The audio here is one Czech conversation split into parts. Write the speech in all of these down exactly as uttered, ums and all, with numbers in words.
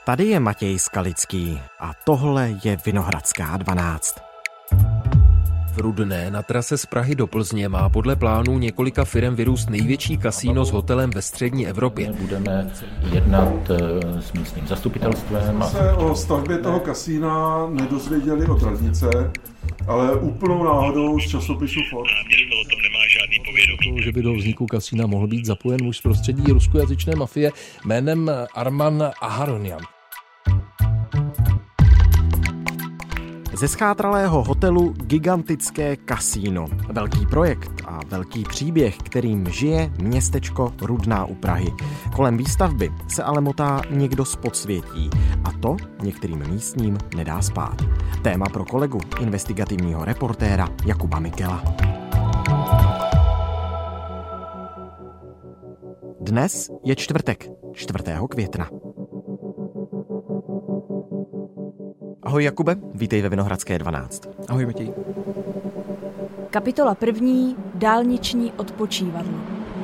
Tady je Matěj Skalický a tohle je Vinohradská dvanáct. V Rudné na trase z Prahy do Plzně má podle plánů několika firem vyrůst největší kasíno s hotelem ve střední Evropě. Budeme jednat s místním zastupitelstvem. Se o stavbě toho kasína nedozvěděli od radnice, ale úplnou náhodou z časopisu Forbes. Město o tom nemá žádný povědomí. Že by do vzniku kasína mohl být zapojen muž z prostředí ruskojazyčné mafie jménem Arman Aharonian. Ze schátralého hotelu gigantické kasíno. Velký projekt a velký příběh, kterým žije městečko Rudná u Prahy. Kolem výstavby se ale motá někdo z podsvětí a to některým místním nedá spát. Téma pro kolegu, investigativního reportéra Jakuba Mikela. Dnes je čtvrtek, čtvrtého května. Ahoj Jakube, vítej ve Vinohradské dvanáct. Ahoj Matěj. Kapitola první. Dálniční odpočívadlo.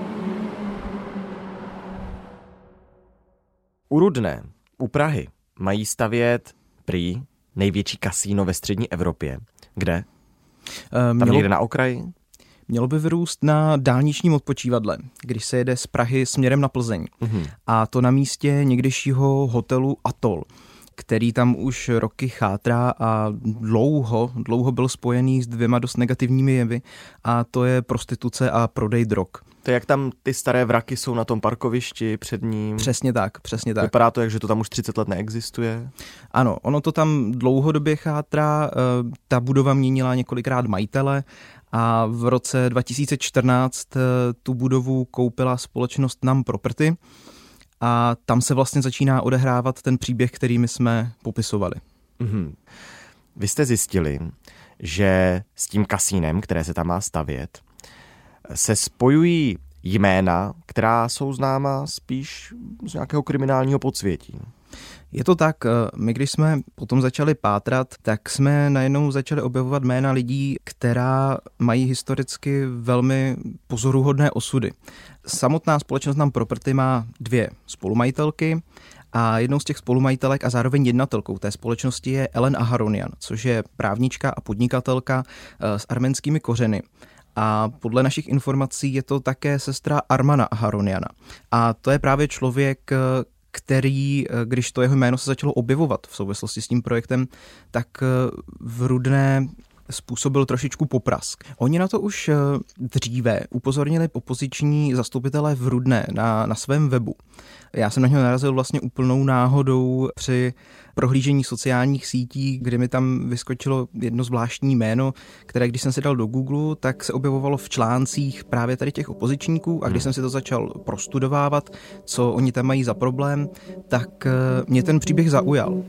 U Rudné, u Prahy, mají stavět prý největší kasíno ve střední Evropě. Kde? Tam Mělo, někde na okraji? Mělo by vyrůst na dálničním odpočívadle, když se jede z Prahy směrem na Plzeň. Mm-hmm. A to na místě někdejšího hotelu Atol, který tam už roky chátrá a dlouho, dlouho byl spojený s dvěma dost negativními jevy, a to je prostituce a prodej drog. To je, jak tam ty staré vraky jsou na tom parkovišti před ním. Přesně tak, přesně tak. Vypadá to, jak že to tam už třicet let neexistuje. Ano, ono to tam dlouhodobě chátrá, ta budova měnila několikrát majitele a v roce dva tisíce čtrnáct tu budovu koupila společnost Nam Property. A tam se vlastně začíná odehrávat ten příběh, který my jsme popisovali. Mm-hmm. Vy jste zjistili, že s tím kasínem, které se tam má stavět, se spojují jména, která jsou známa spíš z nějakého kriminálního podsvětí. Je to tak, my když jsme potom začali pátrat, tak jsme najednou začali objevovat jména lidí, která mají historicky velmi pozoruhodné osudy. Samotná společnost Nam Property má dvě spolumajitelky a jednou z těch spolumajitelek a zároveň jednatelkou té společnosti je Ellen Aharonian, což je právnička a podnikatelka s arménskými kořeny. A podle našich informací je to také sestra Armana Aharoniana. A to je právě člověk, který, když to jeho jméno se začalo objevovat v souvislosti s tím projektem, tak v Rudné způsobil trošičku poprask. Oni na to už dříve upozornili opoziční zastupitelé v Rudné na, na svém webu. Já jsem na něho narazil vlastně úplnou náhodou při prohlížení sociálních sítí, kdy mi tam vyskočilo jedno zvláštní jméno, které když jsem si dal do Google, tak se objevovalo v článcích právě tady těch opozičníků, a když jsem si to začal prostudovávat, co oni tam mají za problém, tak mě ten příběh zaujal.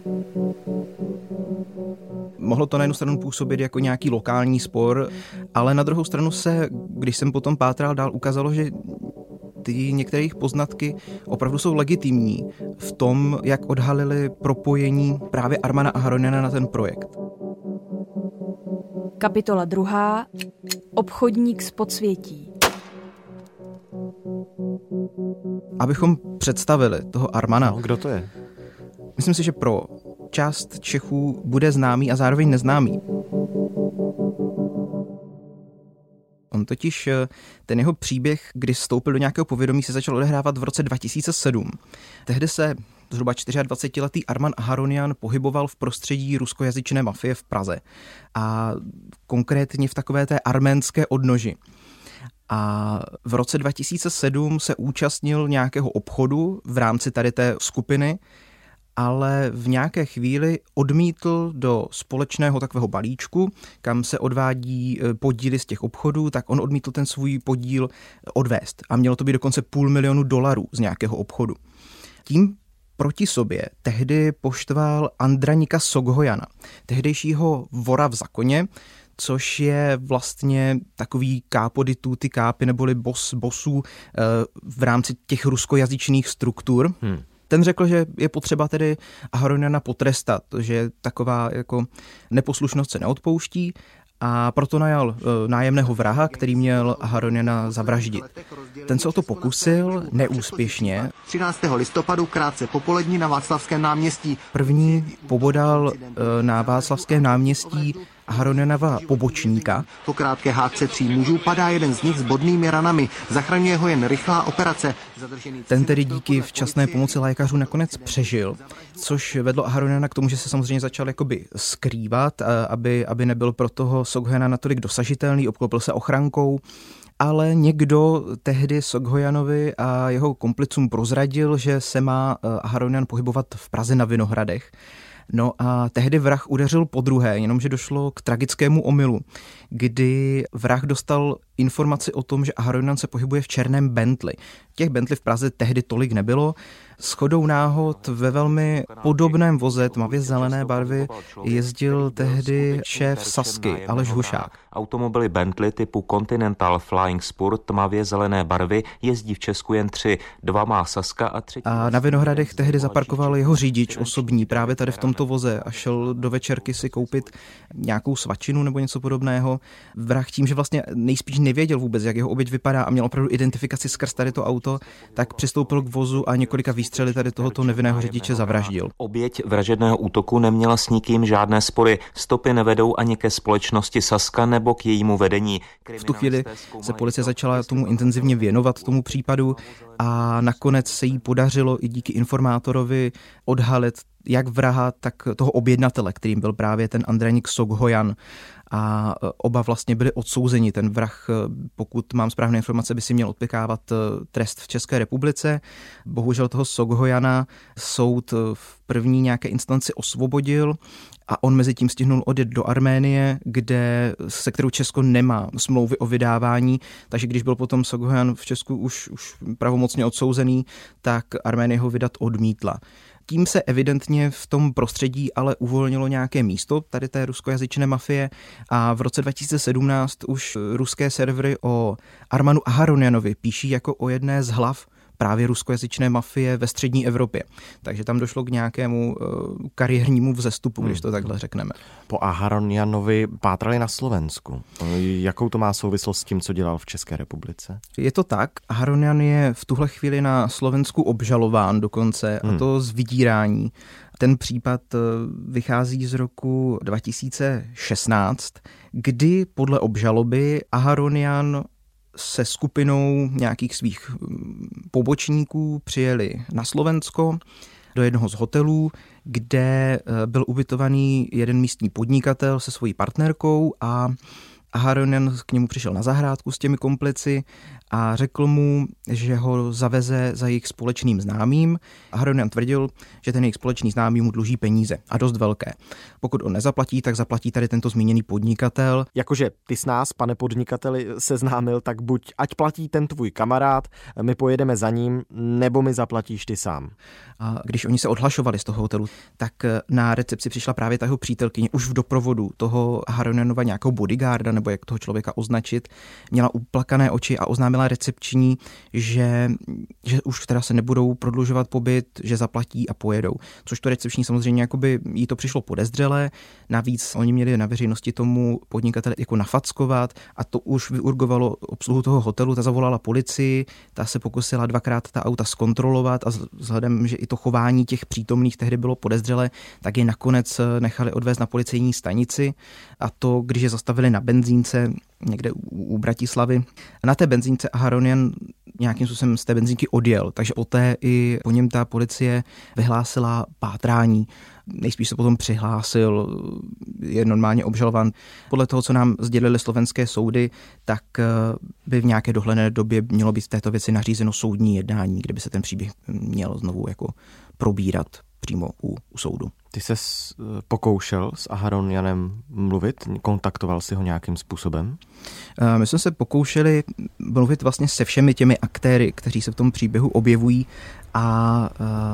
Mohlo to na jednu stranu působit jako nějaký lokální spor, ale na druhou stranu se, když jsem potom pátral dál, ukázalo, že ty některé poznatky opravdu jsou legitimní v tom, jak odhalili propojení právě Armana Aharoniana na ten projekt. Kapitola druhá. Obchodník z podsvětí. Abychom představili toho Armana. No, kdo to je? Myslím si, že pro část Čechů bude známý a zároveň neznámý. On totiž, ten jeho příběh, kdy vstoupil do nějakého povědomí, se začal odehrávat v roce dva tisíce sedm. Tehdy se zhruba dvacetičtyřletý Arman Aharonian pohyboval v prostředí ruskojazyčné mafie v Praze. A konkrétně v takové té arménské odnoži. A v roce dva tisíce sedm se účastnil nějakého obchodu v rámci tady té skupiny, ale v nějaké chvíli odmítl do společného takového balíčku, kam se odvádí podíly z těch obchodů, tak on odmítl ten svůj podíl odvést. A mělo to být dokonce půl milionu dolarů z nějakého obchodu. Tím proti sobě tehdy poštval Andranika Soghojana, tehdejšího vora v zakoně, což je vlastně takový capo di tutti capi, neboli boss bossů v rámci těch ruskojazyčných struktur. Hmm. Ten řekl, že je potřeba tedy Aharoniana potrestat, že taková jako neposlušnost se neodpouští, a proto najal nájemného vraha, který měl Aharoniana zavraždit. Ten se o to pokusil, neúspěšně. třináctého listopadu krátce popolední na Václavském náměstí. První pobodal na Václavském náměstí Aharonianova pobočníka. Po krátké hádce tří mužů padá jeden z nich s bodnými ranami. Zachraňuje ho jen rychlá operace. Ten tedy díky včasné pomoci lékařů nakonec přežil, což vedlo Aharoniana k tomu, že se samozřejmě začal jakoby skrývat, aby, aby nebyl pro toho Soghoyana natolik dosažitelný, obklopil se ochrankou. Ale někdo tehdy Soghoyanovi a jeho komplicům prozradil, že se má Aharonian pohybovat v Praze na Vinohradech. No a tehdy vrah udeřil podruhé, jenomže došlo k tragickému omylu, kdy vrah dostal informaci o tom, že Aharonian se pohybuje v černém Bentley. Těch Bentley v Praze tehdy tolik nebylo. Shodou náhod ve velmi podobném voze tmavě zelené barvy jezdil tehdy šéf Sazky Aleš Hušák. Automobily Bentley typu Continental Flying Spur tmavě zelené barvy jezdí v Česku jen tři. Dva má Sazka a třetí. A na Vinohradech tehdy zaparkoval jeho řidič osobní právě tady v tomto voze a šel do večerky si koupit nějakou svačinu nebo něco podobného. Vrah tím, že vlastně nejspíš nevěděl vůbec, jak jeho oběť vypadá a měl opravdu identifikaci skrz tady to auto, tak přistoupil k vozu a několika výstřely tady tohoto nevinného řidiče zavraždil. Oběť vražedného útoku neměla s nikým žádné spory. Stopy nevedou ani ke společnosti Sazka nebo k jejímu vedení. V tu chvíli se policie začala tomu intenzivně věnovat, tomu případu, a nakonec se jí podařilo i díky informátorovi odhalit jak vraha, tak toho objednatele, kterým byl právě ten Andranik Soghoyan. A oba vlastně byli odsouzeni. Ten vrah, pokud mám správné informace, by si měl odpěkávat trest v České republice. Bohužel toho Soghoyana soud v první nějaké instanci osvobodil a on mezi tím stihnul odjet do Arménie, kde, se kterou Česko nemá smlouvy o vydávání, takže když byl potom Soghoyan v Česku už, už pravomocně odsouzený, tak Arménie ho vydat odmítla. Tím se evidentně v tom prostředí ale uvolnilo nějaké místo tady té ruskojazyčné mafie a v roce dva tisíce sedmnáct už ruské servery o Armanu Aharonianovi píší jako o jedné z hlav právě ruskojazyčné mafie ve střední Evropě. Takže tam došlo k nějakému uh, kariérnímu vzestupu, když to takhle řekneme. Po Aharonianovi pátrali na Slovensku. Jakou to má souvislost s tím, co dělal v České republice? Je to tak. Aharonian je v tuhle chvíli na Slovensku obžalován dokonce, hmm. a to z vydírání. Ten případ vychází z roku dva tisíce šestnáct, kdy podle obžaloby Aharonian se skupinou nějakých svých pobočníků přijeli na Slovensko do jednoho z hotelů, kde byl ubytovaný jeden místní podnikatel se svojí partnerkou a Aharonian k němu přišel na zahrádku s těmi komplici a řekl mu, že ho zaveze za jejich společným známým. Aharonian tvrdil, že ten jejich společný známý mu dluží peníze a dost velké. Pokud on nezaplatí, tak zaplatí tady tento zmíněný podnikatel. Jakože ty s nás, pane podnikateli, seznámil, tak buď ať platí ten tvůj kamarád, my pojedeme za ním, nebo mi zaplatíš ty sám. A když oni se odhlašovali z toho hotelu, tak na recepci přišla právě ta jeho přítelkyně už v doprovodu toho Aharonianova nějakého bodyguarda, nebo jak toho člověka označit, měla uplakané oči a oznámila recepční, že, že už teda se nebudou prodlužovat pobyt, že zaplatí a pojedou. Což to recepční samozřejmě jakoby jí to přišlo podezřelé. Navíc oni měli na veřejnosti tomu podnikateli jako nafackovat a to už vyurgovalo obsluhu toho hotelu. Ta zavolala policii, ta se pokusila dvakrát ta auta zkontrolovat a vzhledem, že i to chování těch přítomných tehdy bylo podezřelé, tak je nakonec nechali odvést na policejní stanici a to, když je zastavili na benzínce někde u, u Bratislavy. Na té benzínce Aharonian nějakým způsobem z té benzínky odjel, takže poté i po něm ta policie vyhlásila pátrání. Nejspíš se potom přihlásil, je normálně obžalován. Podle toho, co nám sdělili slovenské soudy, tak by v nějaké dohledné době mělo být v této věci nařízeno soudní jednání, kde by se ten příběh měl znovu jako probírat přímo u, u soudu. Ty ses pokoušel s Aharonianem mluvit? Kontaktoval si ho nějakým způsobem? My jsme se pokoušeli mluvit vlastně se všemi těmi aktéry, kteří se v tom příběhu objevují a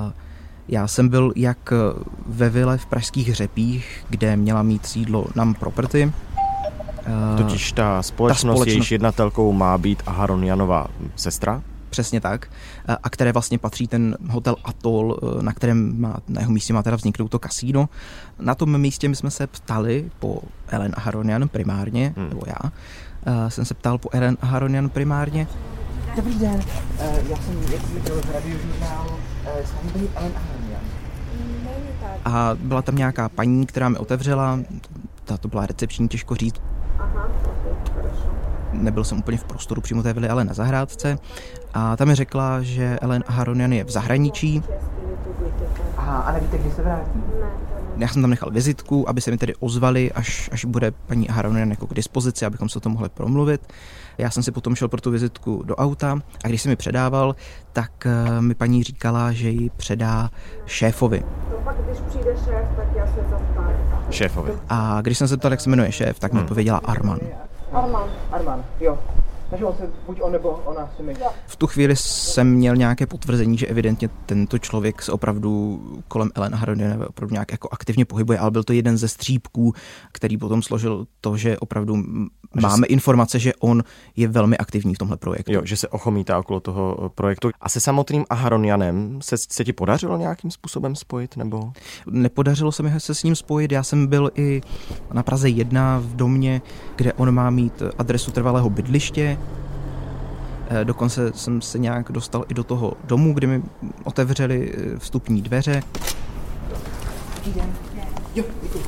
já jsem byl jak ve vile v Pražských Hřepích, kde měla mít sídlo Nam Property. Totiž ta společnost, ta společnost jejíž jednatelkou má být Aharonianova sestra? Přesně tak. A které vlastně patří ten hotel Atoll, na kterém má, na jeho místě má teda vzniknout to kasíno. Na tom místě my jsme se ptali po Ellen Aharonian primárně, hmm. nebo já, uh, jsem se ptal po Ellen Aharonian primárně. Dobrý den, uh, já jsem viděl z radiožurnálu, uh, s vámi byli Ellen Aharonian. A byla tam nějaká paní, která mi otevřela, ta to byla recepční, těžko říct. Aha, nebyl jsem úplně v prostoru přímo té vily, ale na zahrádce. A tam mi řekla, že Ellen Aharonian je v zahraničí. Aha, a nevíte, kdy se vrátí? Já jsem tam nechal vizitku, aby se mi tedy ozvali, až, až bude paní Aharonian jako k dispozici, abychom se o tom mohli promluvit. Já jsem si potom šel pro tu vizitku do auta a když se mi předával, tak mi paní říkala, že ji předá šéfovi. No pak, když přijde šéf, tak já se zastávám. Šéfovi. A když jsem se ptal, jak se jmenuje šéf, tak mi hmm. pověděla Arman. Arman. Arman, jo. Takže on se, buď on nebo ona si mi. V tu chvíli jsem měl nějaké potvrzení, že evidentně tento člověk se opravdu kolem Ellen Aharonian opravdu nějak jako aktivně pohybuje, ale byl to jeden ze střípků, který potom složil to, že opravdu máme že informace, že on je velmi aktivní v tomhle projektu. Jo, že se ochomítá okolo toho projektu. A se samotným Aharonianem se, se ti podařilo nějakým způsobem spojit, nebo? Nepodařilo se mi se s ním spojit, já jsem byl i na Praze jedna v domě, kde on má mít adresu trvalého bydliště. Dokonce jsem se nějak dostal i do toho domu, kde mi otevřeli vstupní dveře. Dobrý den. Jo, děkuji.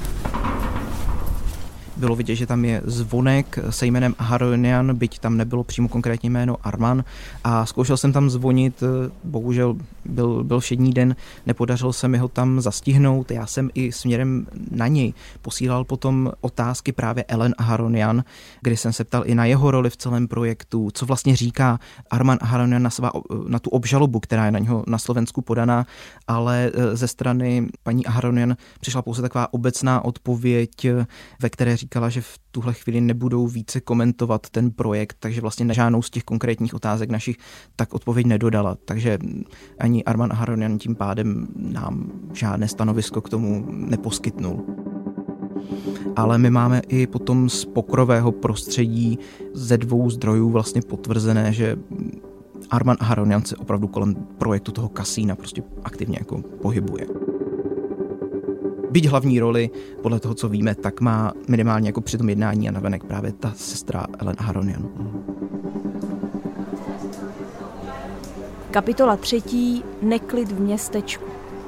Bylo vidět, že tam je zvonek se jménem Aharonian, byť tam nebylo přímo konkrétní jméno Arman. A zkoušel jsem tam zvonit, bohužel byl, byl všední den, nepodařilo se mi ho tam zastihnout. Já jsem i směrem na něj posílal potom otázky právě Ellen Aharonian, kdy jsem se ptal i na jeho roli v celém projektu, co vlastně říká Arman Aharonian na, svá, na tu obžalobu, která je na něho na Slovensku podaná, ale ze strany paní Aharonian přišla pouze taková obecná odpověď, ve které říkala, že v tuhle chvíli nebudou více komentovat ten projekt, takže vlastně na žádnou z těch konkrétních otázek našich tak odpověď nedodala. Takže ani Arman Aharonian tím pádem nám žádné stanovisko k tomu neposkytnul. Ale my máme i potom z pokrového prostředí ze dvou zdrojů vlastně potvrzené, že Arman Aharonian se opravdu kolem projektu toho kasína prostě aktivně jako pohybuje. Byť hlavní roli, podle toho, co víme, tak má minimálně jako při tom jednání a navenek právě ta sestra Ellen Aharonian. Kapitola třetí. Neklid v městečku.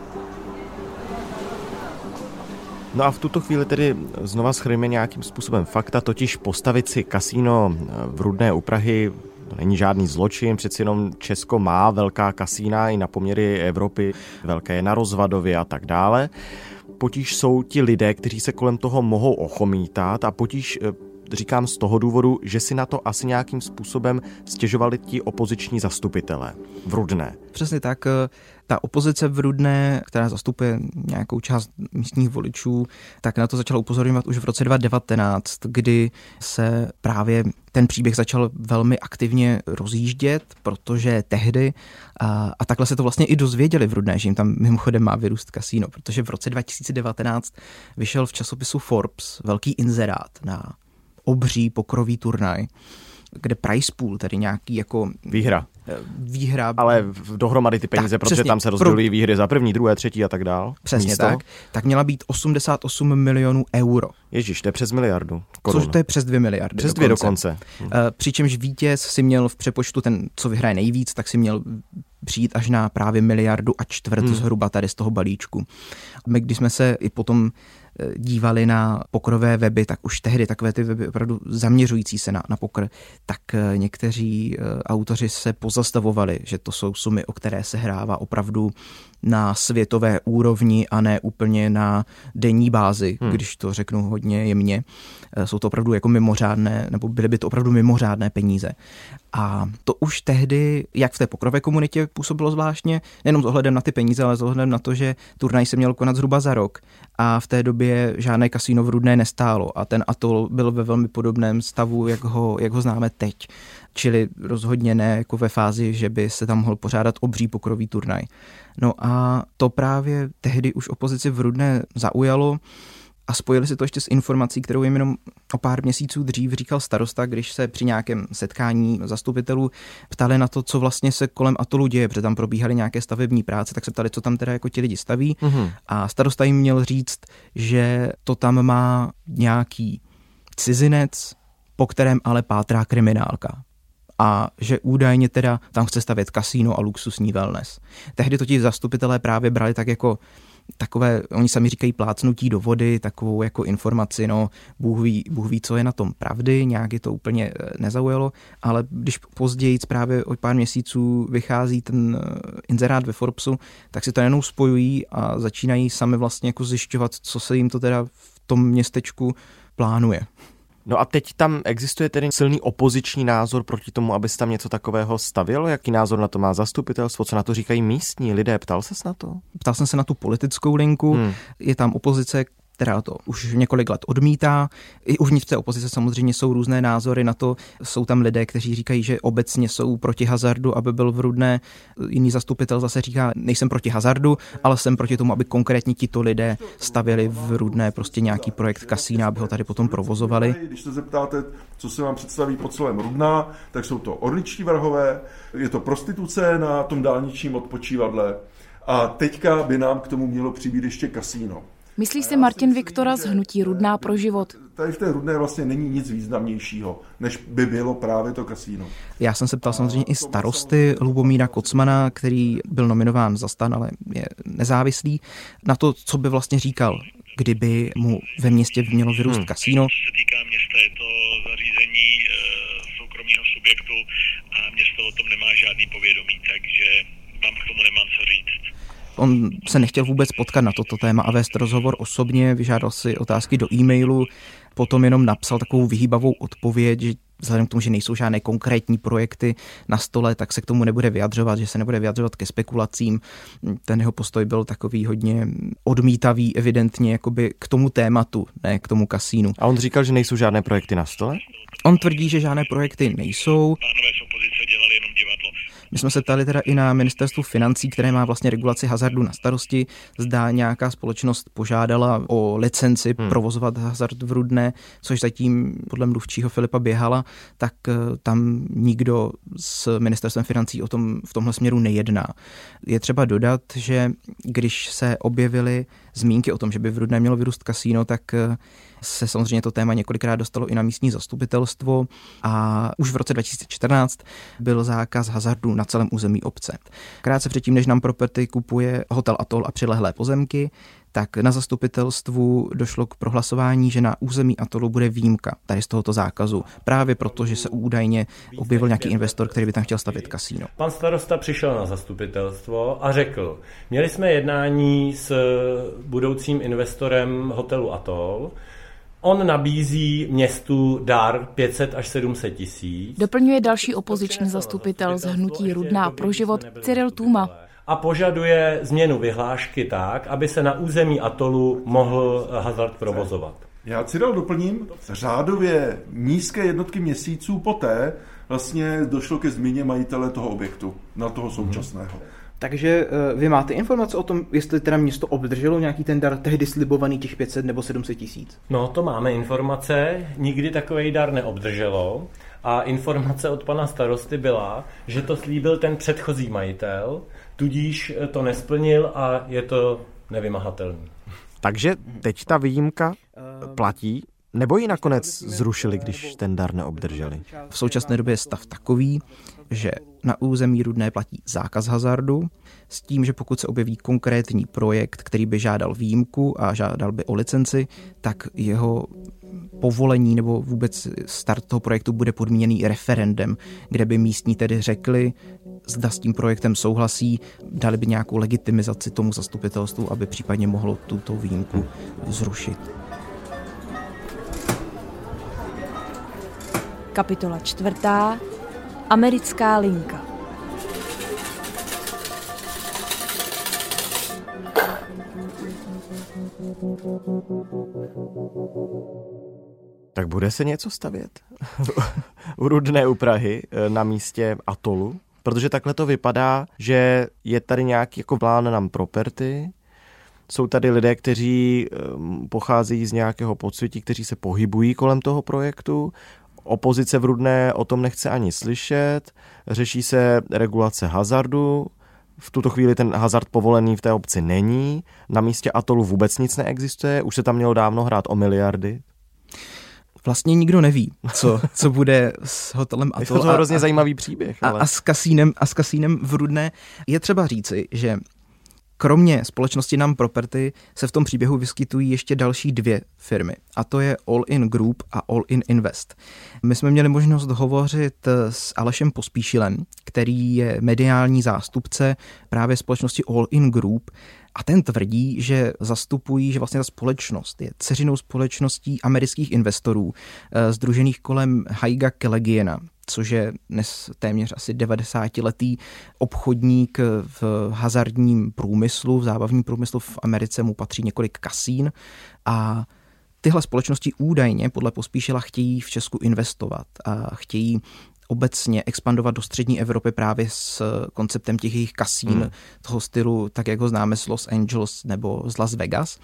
No a v tuto chvíli tedy znova shrneme nějakým způsobem fakta, totiž postavit si kasíno v Rudné u Prahy, to není žádný zločin, přeci jenom Česko má velká kasína i na poměry Evropy, velké je na Rozvadově a tak dále. Potíž jsou ti lidé, kteří se kolem toho mohou ochomítat a potíž říkám z toho důvodu, že si na to asi nějakým způsobem stěžovali ti opoziční zastupitelé v Rudné. Přesně tak. Ta opozice v Rudné, která zastupuje nějakou část místních voličů, tak na to začala upozorňovat už v roce dva tisíce devatenáct, kdy se právě ten příběh začal velmi aktivně rozjíždět, protože tehdy, a, a takhle se to vlastně i dozvěděli v Rudné, že jim tam mimochodem má vyrůst kasíno, protože v roce dva tisíce devatenáct vyšel v časopisu Forbes velký inzerát na obří pokrový turnaj, kde prize pool, tedy nějaký jako... Výhra. Výhra. Ale dohromady ty peníze, tak, protože přesně, tam se rozdělují pro... výhry za první, druhé, třetí a tak dál. Přesně místo. tak. Tak měla být osmdesát osm milionů euro. Ježíš, to je přes miliardu korun. Což to je přes dvě miliardy. Přes dvě dokonce. Hm. Přičemž vítěz si měl v přepočtu ten, co vyhraje nejvíc, tak si měl přijít až na právě miliardu a čtvrt hmm. zhruba tady z toho balíčku. My, když jsme se i potom dívali na pokrové weby, tak už tehdy takové ty weby opravdu zaměřující se na, na pokr, tak někteří autoři se pozastavovali, že to jsou sumy, o které se hrává opravdu na světové úrovni a ne úplně na denní bázi, hmm. když to řeknu hodně jemně. Jsou to opravdu jako mimořádné, nebo byly by to opravdu mimořádné peníze. A to už tehdy, jak v té pokrové komunitě působilo zvláštně, nejenom s ohledem na ty peníze, ale s ohledem na to, že turnaj se měl konat zhruba za rok a v té době žádné kasíno v Rudné nestálo a ten atol byl ve velmi podobném stavu, jak ho, jak ho známe teď. Čili rozhodně ne jako ve fázi, že by se tam mohl pořádat obří pokrový turnaj. No a to právě tehdy už opozici v Rudné zaujalo A spojili si to ještě s informací, kterou jim jenom o pár měsíců dřív říkal starosta, když se při nějakém setkání zastupitelů ptali na to, co vlastně se kolem atolu děje, protože tam probíhaly nějaké stavební práce, tak se ptali, co tam teda jako ti lidi staví. Mm-hmm. A starosta jim měl říct, že to tam má nějaký cizinec, po kterém ale pátrá kriminálka. A že údajně teda tam chce stavět kasíno a luxusní wellness. Tehdy to ti zastupitelé právě brali tak jako takové, oni sami říkají plácnutí do vody, takovou jako informaci, no Bůh ví, Bůh ví, co je na tom pravdy, nějak je to úplně nezaujalo, ale když později právě o pár měsíců vychází ten inzerát ve Forbesu, tak si to jenom spojují a začínají sami vlastně jako zjišťovat, co se jim to teda v tom městečku plánuje. No a teď tam existuje tedy silný opoziční názor proti tomu, aby se tam něco takového stavělo? Jaký názor na to má zastupitelstvo? Co na to říkají místní lidé? Ptal ses na to? Ptal jsem se na tu politickou linku. Hmm. Je tam opozice, která to už několik let odmítá. I uvnitř té opozice samozřejmě jsou různé názory na to. Jsou tam lidé, kteří říkají, že obecně jsou proti hazardu, aby byl v Rudné. Jiný zastupitel zase říká, nejsem proti hazardu, ale jsem proti tomu, aby konkrétně tito lidé stavěli v Rudné prostě nějaký projekt kasína, aby ho tady potom provozovali. Když se zeptáte, co se vám představí pod celém Rudná, tak jsou to orličtí vrhové, je to prostituce na tom dálničním odpočívadle a teďka by nám k tomu mělo přibýt ještě kasíno. Myslí si Martin Viktora z hnutí Rudná pro život. Tady v té Rudné vlastně není nic významnějšího, než by bylo právě to kasíno. Já jsem se ptal samozřejmě i starosty Lubomíra Kocmana, který byl nominován za STAN, ale je nezávislý, na to, co by vlastně říkal, kdyby mu ve městě mělo vyrůst hmm. kasíno. Co se týká města, je to zařízení e, soukromého subjektu a město o tom nemá žádný povědomí, takže vám k tomu nemám co říct. On se nechtěl vůbec potkat na toto téma a vést rozhovor osobně, vyžádal si otázky do e-mailu, potom jenom napsal takovou vyhýbavou odpověď, že vzhledem k tomu, že nejsou žádné konkrétní projekty na stole, tak se k tomu nebude vyjadřovat, že se nebude vyjadřovat ke spekulacím. Ten jeho postoj byl takový hodně odmítavý, evidentně jakoby k tomu tématu, ne k tomu kasínu. A on říkal, že nejsou žádné projekty na stole? On tvrdí, že žádné projekty nejsou. Pánové z opozice dělali jenom divadlo. My jsme se ptali teda i na ministerstvu financí, které má vlastně regulaci hazardu na starosti. Zda nějaká společnost požádala o licenci hmm. provozovat hazard v Rudné, což zatím podle mluvčího Filipa Běhala, tak tam nikdo s ministerstvem financí o tom v tomhle směru nejedná. Je třeba dodat, že když se objevily zmínky o tom, že by v Rudné mělo vyrůst kasíno, tak se samozřejmě to téma několikrát dostalo i na místní zastupitelstvo a už v roce dva tisíce čtrnáct byl zákaz hazardu na celém území obce. Krátce předtím, než nám Property kupuje hotel Atol a přilehlé pozemky, tak na zastupitelstvu došlo k prohlasování, že na území Atolu bude výjimka tady z tohoto zákazu. Právě proto, že se údajně objevil nějaký investor, který by tam chtěl stavět kasíno. Pan starosta přišel na zastupitelstvo a řekl, měli jsme jednání s budoucím investorem hotelu Atol, on nabízí městu dar pět set až sedm set tisíc. Doplňuje další opoziční zastupitel z hnutí Rudná pro život Cyril Tůma. A požaduje změnu vyhlášky tak, aby se na území Atolu mohl hazard provozovat. Já Cyril doplním, řádově nízké jednotky měsíců poté vlastně došlo ke změně majitele toho objektu, na toho současného. Hmm. Takže vy máte informace o tom, jestli teda město obdrželo nějaký ten dar tehdy slibovaný těch pět set nebo sedm set tisíc? No, to máme informace, nikdy takovej dar neobdrželo a informace od pana starosty byla, že to slíbil ten předchozí majitel, tudíž to nesplnil a je to nevymahatelný. Takže teď ta výjimka platí? Nebo ji nakonec zrušili, když ten dar neobdrželi? V současné době je stav takový, že na území Rudné platí zákaz hazardu, s tím, že pokud se objeví konkrétní projekt, který by žádal výjimku a žádal by o licenci, tak jeho povolení nebo vůbec start toho projektu bude podmíněný referendem, kde by místní tedy řekli, zda s tím projektem souhlasí, dali by nějakou legitimizaci tomu zastupitelstvu, aby případně mohlo tuto výjimku zrušit. Kapitola čtvrtá. Americká linka. Tak bude se něco stavět u Rudné u Prahy na místě Atolu? Protože takhle to vypadá, že je tady nějaký jako plán na Property, Jsou tady lidé, kteří pocházejí z nějakého podsvětí, kteří se pohybují kolem toho projektu. Opozice v Rudné o tom nechce ani slyšet. Řeší se regulace hazardu. V tuto chvíli ten hazard povolený v té obci není. Na místě atolu vůbec nic neexistuje. Už se tam mělo dávno hrát o miliardy. Vlastně nikdo neví, co, co bude s hotelem Atol. Je to hrozně zajímavý příběh. Ale... A, a, s kasínem, a s kasínem v Rudné. Je třeba říci, že kromě společnosti Nam Property se v tom příběhu vyskytují ještě další dvě firmy. A to je All In Group a All In Invest. My jsme měli možnost hovořit s Alešem Pospíšilem, který je mediální zástupce právě společnosti All In Group. A ten tvrdí, že zastupují, že vlastně ta společnost je dceřinou společností amerických investorů, sdružených kolem Haiga Kelegiena, což je dnes téměř asi devadesátiletý obchodník v hazardním průmyslu, v zábavním průmyslu. V Americe mu patří několik kasín a tyhle společnosti údajně podle Pospíšila chtějí v Česku investovat a chtějí obecně expandovat do střední Evropy právě s konceptem těch jejich kasín, hmm. toho stylu, tak jak ho známe z Los Angeles nebo z Las Vegas.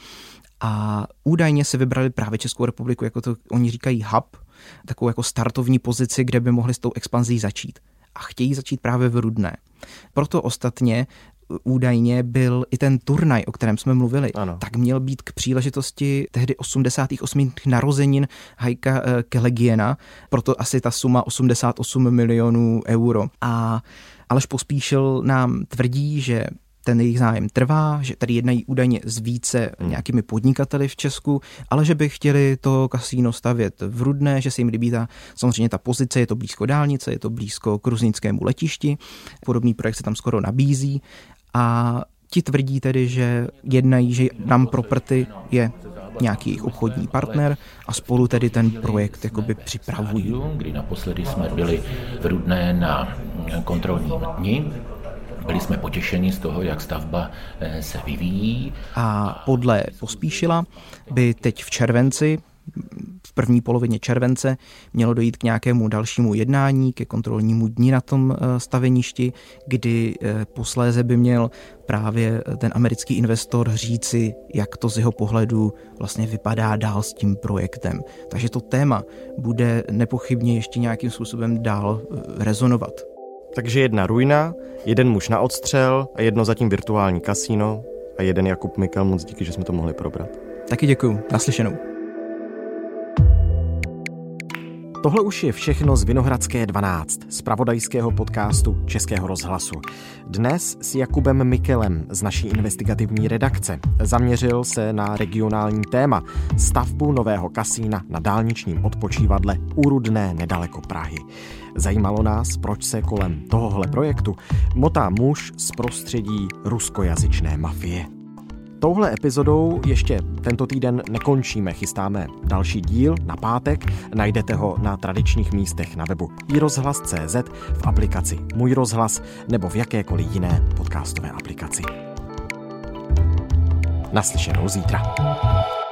A údajně si vybrali právě Českou republiku, jako to oni říkají hub, takovou jako startovní pozici, kde by mohli s tou expanzí začít. A chtějí začít právě v Rudné. Proto ostatně údajně byl i ten turnaj, o kterém jsme mluvili, ano. tak měl být k příležitosti tehdy osmdesátých osmých narozenin Haika Kelegiena, proto asi ta suma osmdesát osm milionů euro. A Aleš Pospíšil nám tvrdí, že ten jejich zájem trvá, že tady jednají údajně s více hmm. nějakými podnikateli v Česku, ale že by chtěli to kasíno stavět v Rudné, že se jim líbí ta, samozřejmě ta pozice, je to blízko dálnice, je to blízko k ruznickému letišti, podobný projekt se tam skoro nabízí a ti tvrdí tedy, že jednají, že Nam Property je nějaký jejich obchodní partner a spolu tedy ten projekt jakoby připravují. Kdy naposledy jsme byli v Rudné na kontrolním dni, byli jsme potěšeni z toho, jak stavba se vyvíjí. A podle Pospíšila by teď v červenci, v první polovině července, mělo dojít k nějakému dalšímu jednání, ke kontrolnímu dni na tom staveništi, kdy posléze by měl právě ten americký investor říci, jak to z jeho pohledu vlastně vypadá dál s tím projektem. Takže to téma bude nepochybně ještě nějakým způsobem dál rezonovat. Takže jedna ruina, jeden muž na odstřel a jedno zatím virtuální kasíno a jeden Jakub Mikl. Moc díky, že jsme to mohli probrat. Taky děkuju. Naslyšenou. Tohle už je všechno z Vinohradské dvanáct, z zpravodajského podcastu Českého rozhlasu. Dnes s Jakubem Mikelem z naší investigativní redakce zaměřil se na regionální téma stavbu nového kasína na dálničním odpočívadle u Rudné nedaleko Prahy. Zajímalo nás, proč se kolem tohohle projektu motá muž z prostředí ruskojazyčné mafie. Touhle epizodou ještě tento týden nekončíme, chystáme další díl na pátek, najdete ho na tradičních místech na webu i rozhlas tečka cé zet, v aplikaci Můj rozhlas nebo v jakékoliv jiné podcastové aplikaci. Naslyšenou zítra.